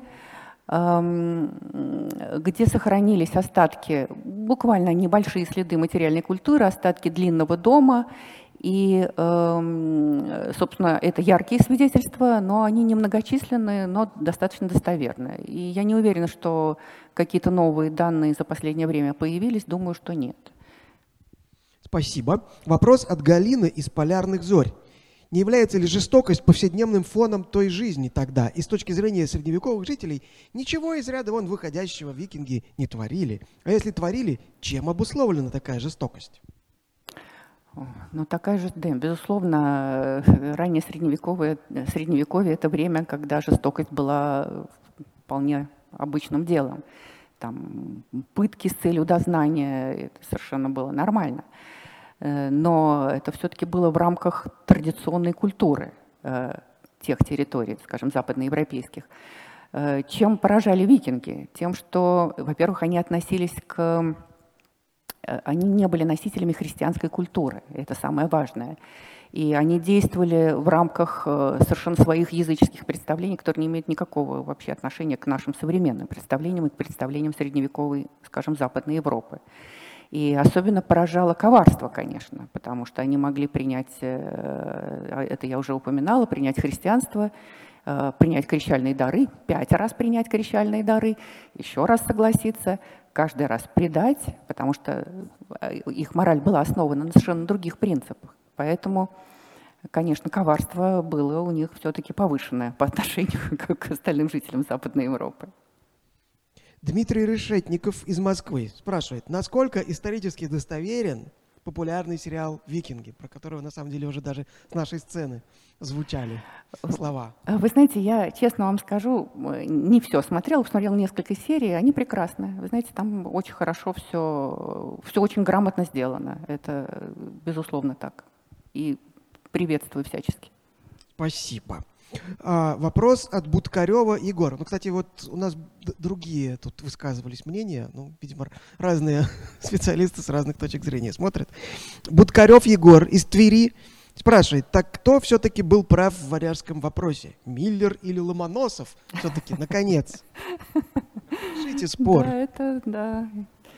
где сохранились остатки, буквально небольшие следы материальной культуры, остатки длинного дома И, собственно, это яркие свидетельства, но они немногочисленные, но достаточно достоверные. И я не уверена, что какие-то новые данные за последнее время появились. Думаю, что нет. Спасибо. Вопрос от Галины из «Полярных зорь». Не является ли жестокость повседневным фоном той жизни тогда? И с точки зрения средневековых жителей, ничего из ряда вон выходящего викинги не творили. А если творили, чем обусловлена такая жестокость? Ну, такая же, да, безусловно, раннее средневековье – это время, когда жестокость была вполне обычным делом. Там пытки с целью дознания – это совершенно было нормально. Но это все-таки было в рамках традиционной культуры тех территорий, скажем, западноевропейских. Чем поражали викинги? Тем, что, во-первых, они не были носителями христианской культуры, это самое важное. И они действовали в рамках совершенно своих языческих представлений, которые не имеют никакого вообще отношения к нашим современным представлениям и к представлениям средневековой, скажем, Западной Европы. И особенно поражало коварство, конечно, потому что они могли принять, это я уже упоминала, принять христианство, принять крещальные дары, 5 раз принять крещальные дары, еще раз согласиться, каждый раз предать, потому что их мораль была основана на совершенно других принципах. Поэтому, конечно, коварство было у них все-таки повышенное по отношению к остальным жителям Западной Европы. Дмитрий Решетников из Москвы спрашивает, насколько исторически достоверен популярный сериал «Викинги», про которого, на самом деле, уже даже с нашей сцены звучали слова. Вы знаете, я честно вам скажу, не все смотрела, посмотрела несколько серий, они прекрасны. Вы знаете, там очень хорошо все очень грамотно сделано. Это, безусловно, так. И приветствую всячески. Спасибо. Вопрос от Будкарева Егора. Ну, кстати, вот у нас другие тут высказывались мнения. Ну, видимо, разные специалисты с разных точек зрения смотрят. Будкарев Егор из Твери спрашивает, так кто все-таки был прав в варяжском вопросе? Миллер или Ломоносов? Все-таки, наконец. Решите спор. Да, это, да.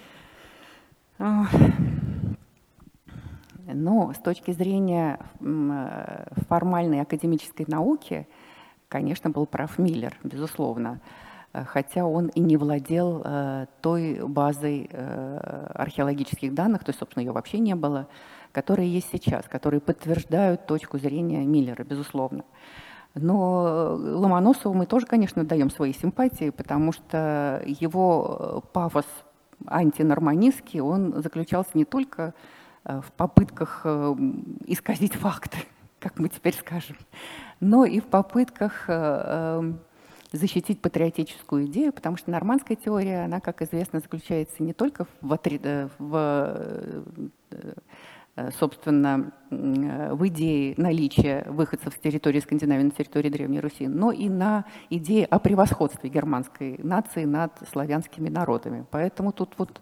Но с точки зрения формальной академической науки, конечно, был прав Миллер, безусловно. Хотя он и не владел той базой археологических данных, то есть, собственно, ее вообще не было, которые есть сейчас, которые подтверждают точку зрения Миллера, безусловно. Но Ломоносову мы тоже, конечно, даем свои симпатии, потому что его пафос антинорманистский, он заключался не только в попытках исказить факты, как мы теперь скажем, но и в попытках защитить патриотическую идею, потому что нормандская теория, она, как известно, заключается не только собственно, в идее наличия выходцев с территории Скандинавии на территории Древней Руси, но и на идее о превосходстве германской нации над славянскими народами. Поэтому тут вот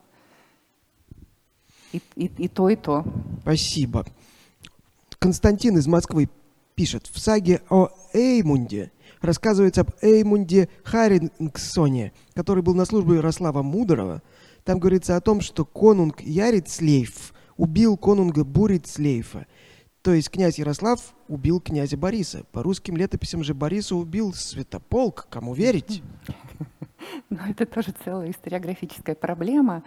и то, и то. Спасибо. Константин из Москвы пишет, в саге о Эймунде рассказывается об Эймунде Харингсоне, который был на службе Ярослава Мудрого. Там говорится о том, что конунг Ярицлейф убил конунга Бурицлейфа. То есть князь Ярослав убил князя Бориса. По русским летописям же Бориса убил Святополк. Кому верить? Ну, это тоже целая историографическая проблема.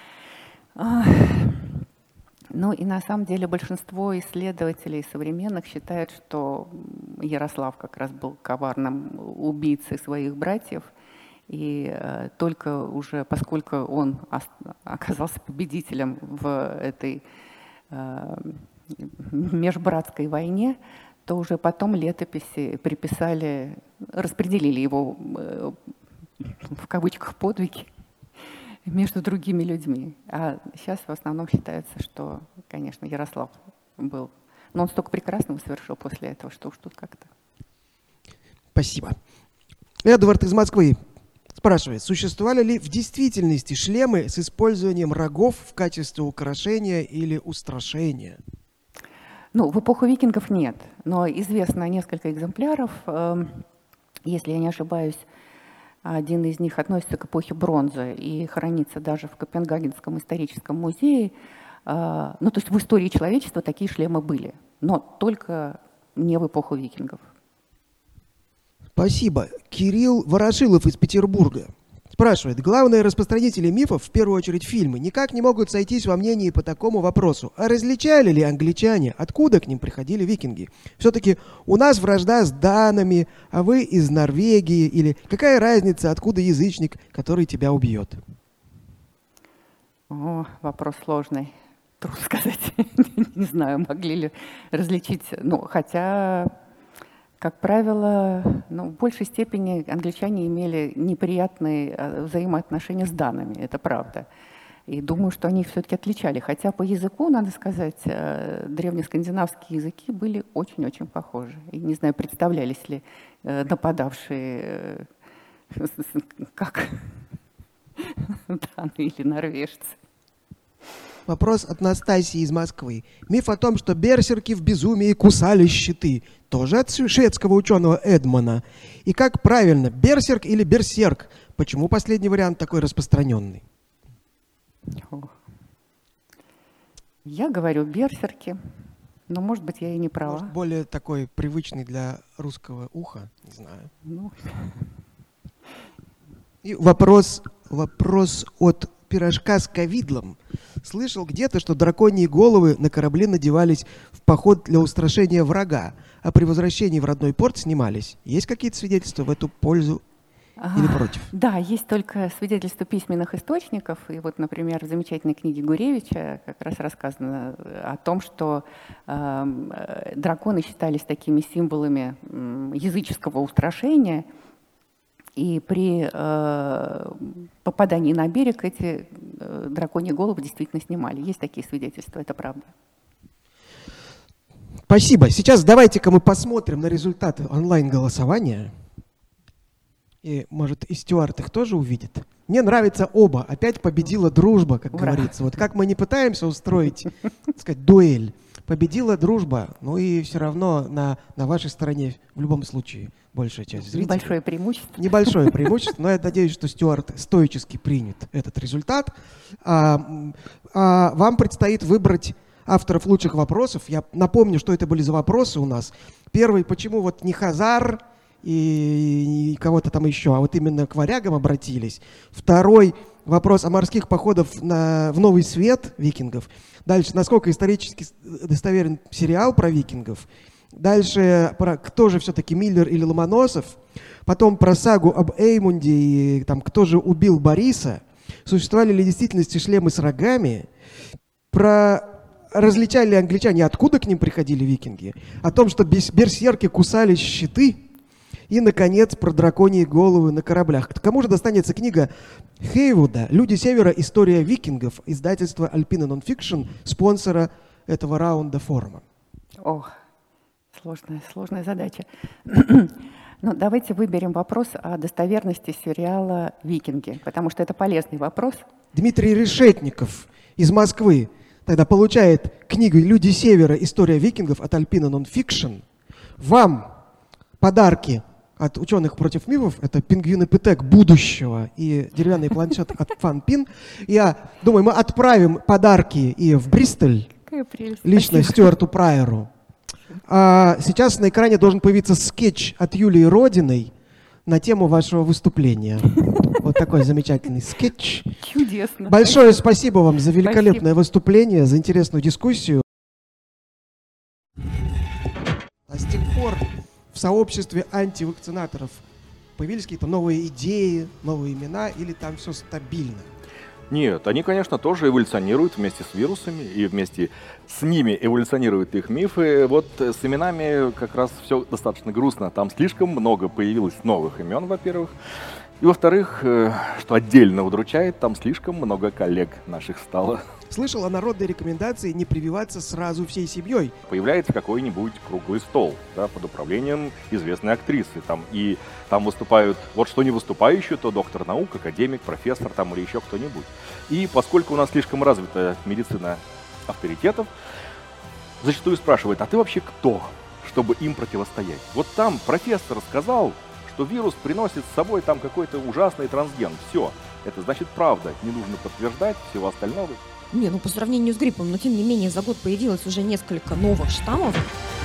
Ну и на самом деле большинство исследователей современных считают, что Ярослав как раз был коварным убийцей своих братьев. И только уже, поскольку он оказался победителем в этой межбратской войне, то уже потом летописи приписали, распределили его в кавычках подвиги между другими людьми. А сейчас в основном считается, что, конечно, Ярослав был. Но он столько прекрасного совершил после этого, что уж тут как-то. Спасибо. Эдвард из Москвы спрашивает, существовали ли в действительности шлемы с использованием рогов в качестве украшения или устрашения? Ну, в эпоху викингов нет, но известно несколько экземпляров. Если я не ошибаюсь, один из них относится к эпохе бронзы и хранится даже в Копенгагенском историческом музее. Ну, то есть в истории человечества такие шлемы были. но только не в эпоху викингов. Спасибо. Кирилл Ворошилов из Петербурга спрашивает. Главные распространители мифов, в первую очередь фильмы, никак не могут сойтись во мнении по такому вопросу. А различали ли англичане, откуда к ним приходили викинги? Все-таки у нас вражда с данами, а вы из Норвегии. Или какая разница, откуда язычник, который тебя убьет? О, вопрос сложный. Трудно сказать. Не знаю, могли ли различить. Ну, хотя... Как правило, в большей степени англичане имели неприятные взаимоотношения с данными, это правда. И думаю, что они все-таки отличали. Хотя по языку, надо сказать, древнескандинавские языки были очень-очень похожи. И не знаю, представлялись ли нападавшие как даны или норвежцы. Вопрос от Настасии из Москвы. Миф о том, что берсерки в безумии кусали щиты, тоже от шведского ученого Эдмана. И как правильно, берсерк или берсерк? Почему последний вариант такой распространенный? Я говорю берсерки, но, может быть, я и не права. Может, более такой привычный для русского уха, не знаю. И вопрос от пирожка с ковидлом. Слышал где-то, что драконьи головы на корабле надевались в поход для устрашения врага, а при возвращении в родной порт снимались. Есть какие-то свидетельства в эту пользу или против? Да, есть только свидетельства письменных источников. И вот, например, в замечательной книге Гуревича как раз рассказано о том, что драконы считались такими символами языческого устрашения. И при попадании на берег эти драконьи головы действительно снимали. Есть такие свидетельства, это правда. Спасибо. Сейчас давайте-ка мы посмотрим на результаты онлайн-голосования. И, может, и Стюарт их тоже увидит. Мне нравятся оба. Опять победила дружба, как говорится. Вот как мы не пытаемся устроить, так сказать, дуэль. Победила дружба, ну и все равно на вашей стороне в любом случае большая часть зрителей. Небольшое преимущество. Небольшое преимущество, но я надеюсь, что Стюарт стоически примет этот результат. Вам предстоит выбрать авторов лучших вопросов. Я напомню, что это были за вопросы у нас. Первый, почему вот не Хазар и кого-то там еще, а вот именно к варягам обратились. Второй вопрос о морских походах в Новый Свет викингов. Дальше, насколько исторически достоверен сериал про викингов. Дальше, кто же все-таки Миллер или Ломоносов. Потом про сагу об Эймунде и там, кто же убил Бориса. Существовали ли в действительности шлемы с рогами. Про различали ли англичане, откуда к ним приходили викинги. О том, что берсерки кусали щиты. И, наконец, про драконьи головы на кораблях. Кому же достанется книга Хейвуда «Люди Севера. История викингов», издательства Alpina Nonfiction, спонсора этого раунда форума? Ох, сложная задача. Ну, давайте выберем вопрос о достоверности сериала «Викинги», потому что это полезный вопрос. Дмитрий Решетников из Москвы тогда получает книгу «Люди Севера. История викингов» от Alpina Nonfiction. Вам подарки от ученых против мифов. Это пингвин-эпитек будущего и деревянный планшет от FunPin. Я думаю, мы отправим подарки и в Бристоль. Лично Стюарту Прайеру. А сейчас на экране должен появиться скетч от Юлии Родиной на тему вашего выступления. Вот такой замечательный скетч. Чудесно. Большое спасибо вам за великолепное выступление, за интересную дискуссию. А с тех пор в сообществе антивакцинаторов появились какие-то новые идеи, новые имена, или там все стабильно? Нет, они, конечно, тоже эволюционируют вместе с вирусами, и вместе с ними эволюционируют их мифы. Вот с именами как раз все достаточно грустно. Там слишком много появилось новых имен, во-первых. И, во-вторых, что отдельно удручает, там слишком много коллег наших стало. Слышал о народной рекомендации не прививаться сразу всей семьей. Появляется какой-нибудь круглый стол, да, под управлением известной актрисы. И там выступают, вот что не выступающий, то доктор наук, академик, профессор там, или еще кто-нибудь. И поскольку у нас слишком развита медицина авторитетов, зачастую спрашивают, а ты вообще кто, чтобы им противостоять? Вот там профессор сказал, что вирус приносит с собой там какой-то ужасный трансген. Все, это значит правда, не нужно подтверждать, всего остального Не, ну по сравнению с гриппом, но тем не менее за год появилось уже несколько новых штаммов.